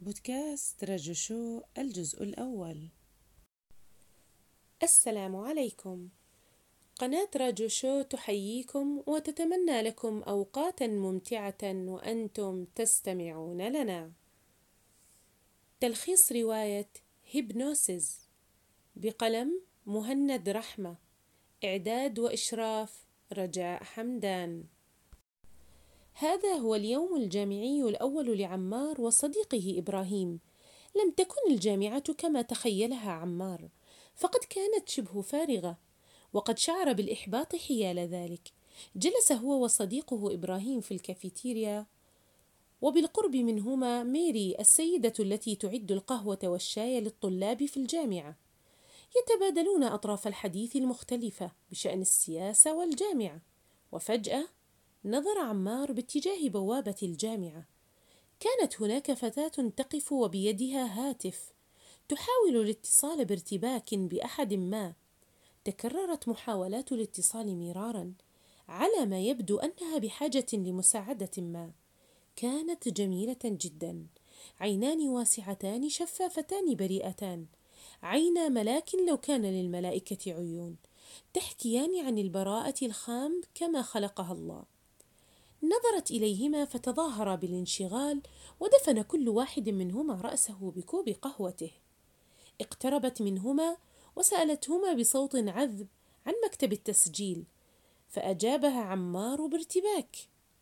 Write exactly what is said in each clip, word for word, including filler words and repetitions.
بودكاست رجو شو الجزء الأول. السلام عليكم. قناة رجو شو تحييكم وتتمنى لكم أوقاتا ممتعة وأنتم تستمعون لنا. تلخيص رواية هيبنوسيس بقلم مهند رحمة، إعداد وإشراف رجاء حمدان. هذا هو اليوم الجامعي الأول لعمار وصديقه إبراهيم. لم تكن الجامعة كما تخيلها عمار، فقد كانت شبه فارغة، وقد شعر بالإحباط حيال ذلك. جلس هو وصديقه إبراهيم في الكافيتيريا، وبالقرب منهما ميري السيدة التي تعد القهوة والشاي للطلاب في الجامعة، يتبادلون أطراف الحديث المختلفة بشأن السياسة والجامعة. وفجأة نظر عمار باتجاه بوابة الجامعة. كانت هناك فتاة تقف وبيدها هاتف، تحاول الاتصال بارتباك بأحد ما. تكررت محاولات الاتصال مرارا، على ما يبدو أنها بحاجة لمساعدة ما. كانت جميلة جدا، عينان واسعتان شفافتان بريئتان، عينا ملاك لو كان للملائكة عيون، تحكيان عن البراءة الخام كما خلقها الله. نظرت إليهما فتظاهر بالانشغال، ودفن كل واحد منهما رأسه بكوب قهوته. اقتربت منهما وسألتهما بصوت عذب عن مكتب التسجيل، فأجابها عمار بارتباك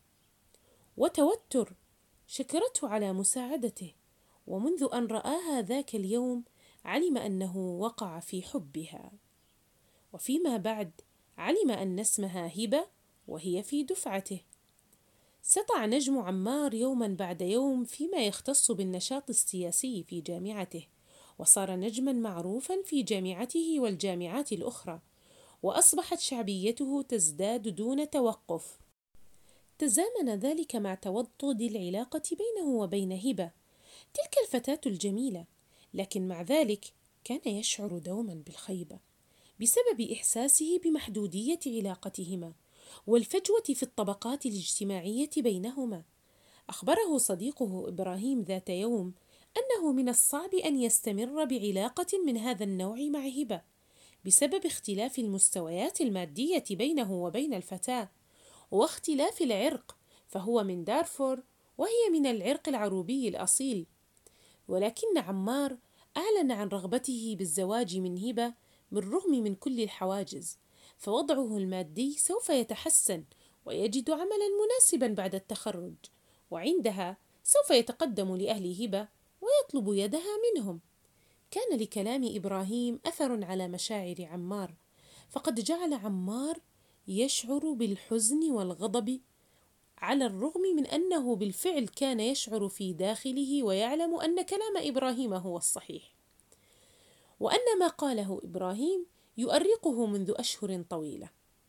وتوتر. شكرته على مساعدته، ومنذ أن رآها ذاك اليوم علم أنه وقع في حبها. وفيما بعد علم أن اسمها هبة، وهي في دفعته. سطع نجم عمار يوما بعد يوم فيما يختص بالنشاط السياسي في جامعته، وصار نجما معروفا في جامعته والجامعات الأخرى، وأصبحت شعبيته تزداد دون توقف. تزامن ذلك مع توطد العلاقة بينه وبين هبة، تلك الفتاة الجميلة، لكن مع ذلك كان يشعر دوما بالخيبة بسبب إحساسه بمحدودية علاقتهما والفجوة في الطبقات الاجتماعية بينهما. أخبره صديقه إبراهيم ذات يوم أنه من الصعب أن يستمر بعلاقة من هذا النوع مع هبة بسبب اختلاف المستويات المادية بينه وبين الفتاة، واختلاف العرق، فهو من دارفور وهي من العرق العروبي الأصيل. ولكن عمار أعلن عن رغبته بالزواج من هبة بالرغم من كل الحواجز، فوضعه المادي سوف يتحسن ويجد عملا مناسبا بعد التخرج، وعندها سوف يتقدم لأهل هبة ويطلب يدها منهم. كان لكلام إبراهيم أثر على مشاعر عمار، فقد جعل عمار يشعر بالحزن والغضب، على الرغم من أنه بالفعل كان يشعر في داخله ويعلم أن كلام إبراهيم هو الصحيح، وأن ما قاله إبراهيم يؤرقه منذ أشهر طويلة.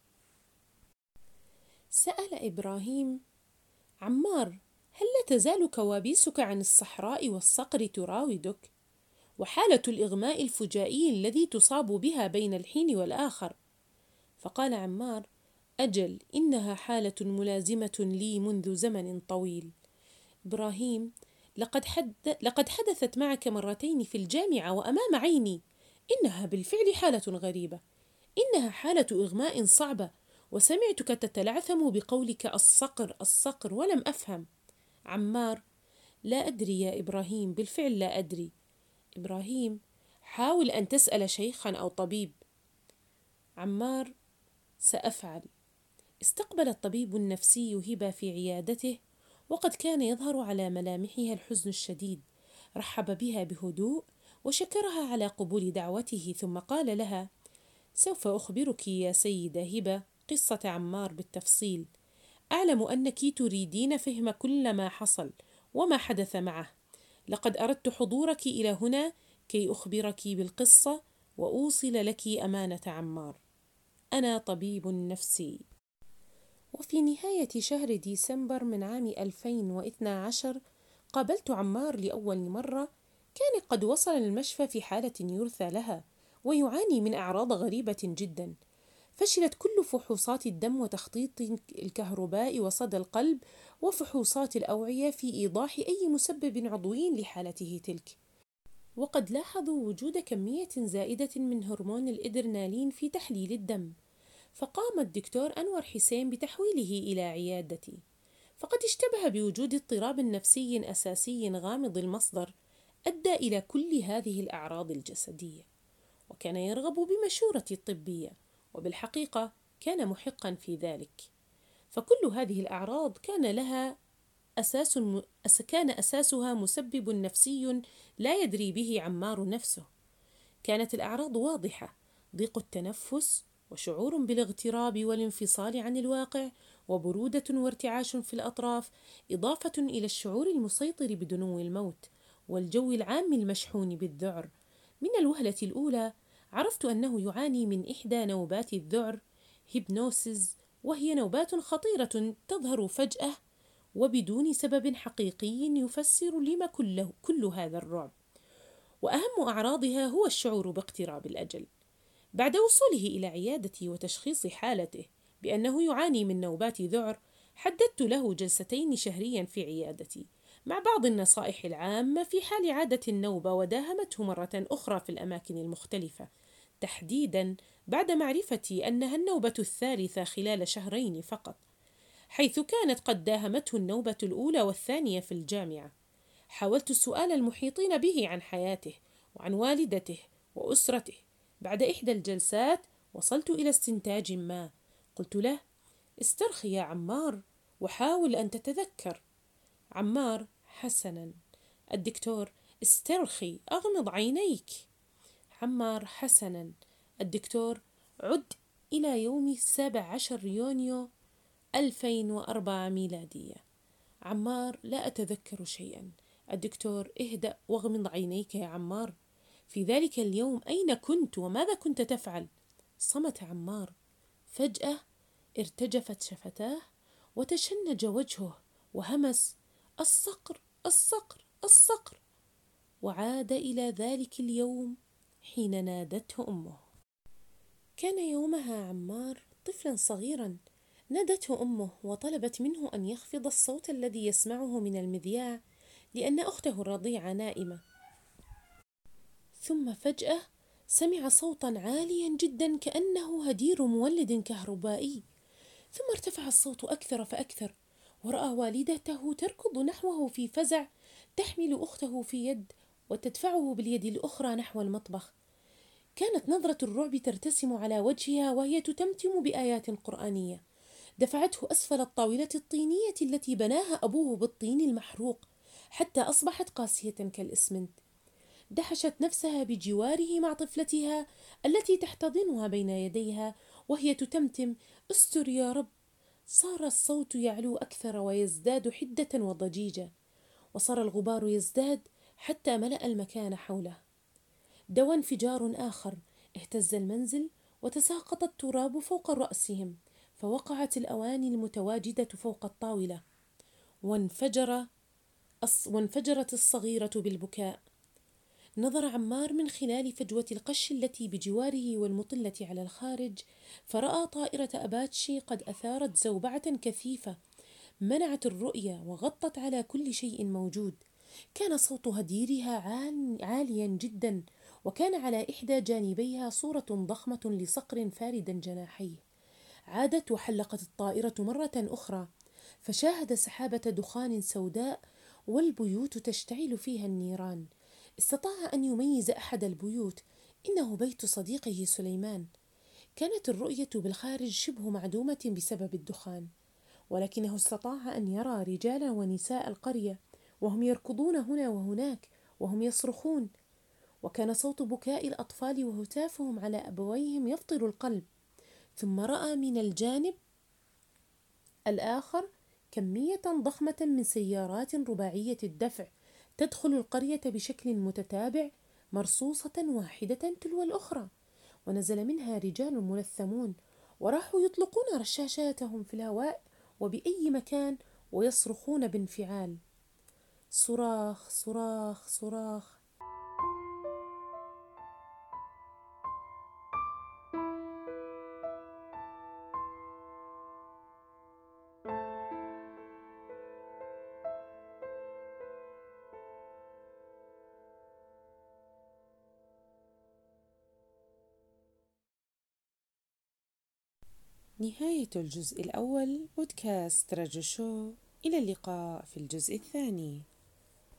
سأل إبراهيم: عمار، هل لا تزال كوابيسك عن الصحراء والصقر تراودك؟ وحالة الإغماء الفجائي الذي تصاب بها بين الحين والآخر؟ فقال عمار: أجل، إنها حالة ملازمة لي منذ زمن طويل. إبراهيم: لقد, حد... لقد حدثت معك مرتين في الجامعة وأمام عيني. إنها بالفعل حالة غريبة، إنها حالة إغماء صعبة، وسمعتك تتلعثم بقولك الصقر الصقر ولم أفهم. عمار: لا أدري يا إبراهيم، بالفعل لا أدري. إبراهيم: حاول أن تسأل شيخا أو طبيب. عمار: سأفعل. استقبل الطبيب النفسي هبة في عيادته، وقد كان يظهر على ملامحها الحزن الشديد. رحب بها بهدوء وشكرها على قبول دعوته، ثم قال لها: سوف أخبرك يا سيدة هبة قصة عمار بالتفصيل. أعلم أنك تريدين فهم كل ما حصل وما حدث معه. لقد أردت حضورك إلى هنا كي أخبرك بالقصة وأوصل لك أمانة عمار. أنا طبيب نفسي. وفي نهاية شهر ديسمبر من عام ألفين واثني عشر قابلت عمار لأول مرة. كان قد وصل المشفى في حالة يرثى لها، ويعاني من أعراض غريبة جدا. فشلت كل فحوصات الدم وتخطيط الكهرباء وصدى القلب وفحوصات الأوعية في إيضاح أي مسبب عضوي لحالته تلك. وقد لاحظوا وجود كمية زائدة من هرمون الإدرينالين في تحليل الدم، فقام الدكتور أنور حسين بتحويله إلى عيادتي، فقد اشتبه بوجود اضطراب نفسي أساسي غامض المصدر أدى إلى كل هذه الأعراض الجسدية، وكان يرغب بمشورتي الطبية، وبالحقيقة كان محقا في ذلك، فكل هذه الأعراض كان لها أساس كان أساسها مسبب نفسي لا يدري به عمار نفسه. كانت الأعراض واضحة: ضيق التنفس، وشعور بالاغتراب والانفصال عن الواقع، وبرودة وارتعاش في الأطراف، إضافة إلى الشعور المسيطر بدنو الموت، والجو العام المشحون بالذعر. من الوهلة الأولى عرفت أنه يعاني من إحدى نوبات الذعر هيبنوسيس، وهي نوبات خطيرة تظهر فجأة وبدون سبب حقيقي يفسر لما كله كل هذا الرعب. وأهم أعراضها هو الشعور باقتراب الأجل. بعد وصوله إلى عيادتي وتشخيص حالته بأنه يعاني من نوبات ذعر، حددت له جلستين شهريا في عيادتي مع بعض النصائح العامة في حال عادة النوبة وداهمته مرة أخرى في الأماكن المختلفة، تحديدا بعد معرفتي أنها النوبة الثالثة خلال شهرين فقط، حيث كانت قد داهمته النوبة الأولى والثانية في الجامعة. حاولت السؤال المحيطين به عن حياته وعن والدته وأسرته. بعد إحدى الجلسات وصلت إلى استنتاج ما. قلت له: استرخي يا عمار وحاول أن تتذكر. عمار: حسنا. الدكتور: استرخي، أغمض عينيك. عمار: حسنا. الدكتور: عد إلى يوم السابع عشر يونيو ألفين وأربعة ميلادية. عمار: لا أتذكر شيئا. الدكتور: اهدأ واغمض عينيك يا عمار. في ذلك اليوم أين كنت وماذا كنت تفعل؟ صمت عمار. فجأة ارتجفت شفتاه وتشنج وجهه وهمس: الصقر الصقر الصقر. وعاد إلى ذلك اليوم حين نادته أمه. كان يومها عمار طفلا صغيرا. نادته أمه وطلبت منه أن يخفض الصوت الذي يسمعه من المذياع لأن أخته الرضيعة نائمة. ثم فجأة سمع صوتا عاليا جدا كأنه هدير مولد كهربائي، ثم ارتفع الصوت أكثر فأكثر، ورأى والدته تركض نحوه في فزع، تحمل أخته في يد وتدفعه باليد الأخرى نحو المطبخ. كانت نظرة الرعب ترتسم على وجهها وهي تتمتم بآيات قرآنية. دفعته أسفل الطاولة الطينية التي بناها أبوه بالطين المحروق حتى أصبحت قاسية كالإسمنت. دحشت نفسها بجواره مع طفلتها التي تحتضنها بين يديها وهي تتمتم: استر يا رب. صار الصوت يعلو أكثر ويزداد حدة وضجيجا، وصار الغبار يزداد حتى ملأ المكان حوله. دوى انفجار آخر، اهتز المنزل وتساقط التراب فوق رأسهم، فوقعت الأواني المتواجدة فوق الطاولة، وانفجر وانفجرت الصغيرة بالبكاء. نظر عمار من خلال فجوة القش التي بجواره والمطلة على الخارج، فرأى طائرة أباتشي قد أثارت زوبعة كثيفة منعت الرؤية وغطت على كل شيء موجود. كان صوت هديرها عاليا جدا، وكان على إحدى جانبيها صورة ضخمة لصقر فاردا جناحيه. عادت وحلقت الطائرة مرة أخرى، فشاهد سحابة دخان سوداء والبيوت تشتعل فيها النيران. استطاع أن يميز أحد البيوت، إنه بيت صديقه سليمان. كانت الرؤية بالخارج شبه معدومة بسبب الدخان، ولكنه استطاع أن يرى رجال ونساء القرية وهم يركضون هنا وهناك وهم يصرخون، وكان صوت بكاء الأطفال وهتافهم على أبويهم يفطر القلب. ثم رأى من الجانب الآخر كمية ضخمة من سيارات رباعية الدفع تدخل القرية بشكل متتابع، مرصوصة واحدة تلو الأخرى، ونزل منها رجال ملثمون وراحوا يطلقون رشاشاتهم في الهواء وبأي مكان ويصرخون بانفعال: صراخ صراخ صراخ. نهاية الجزء الأول بودكاست رجو شو. إلى اللقاء في الجزء الثاني.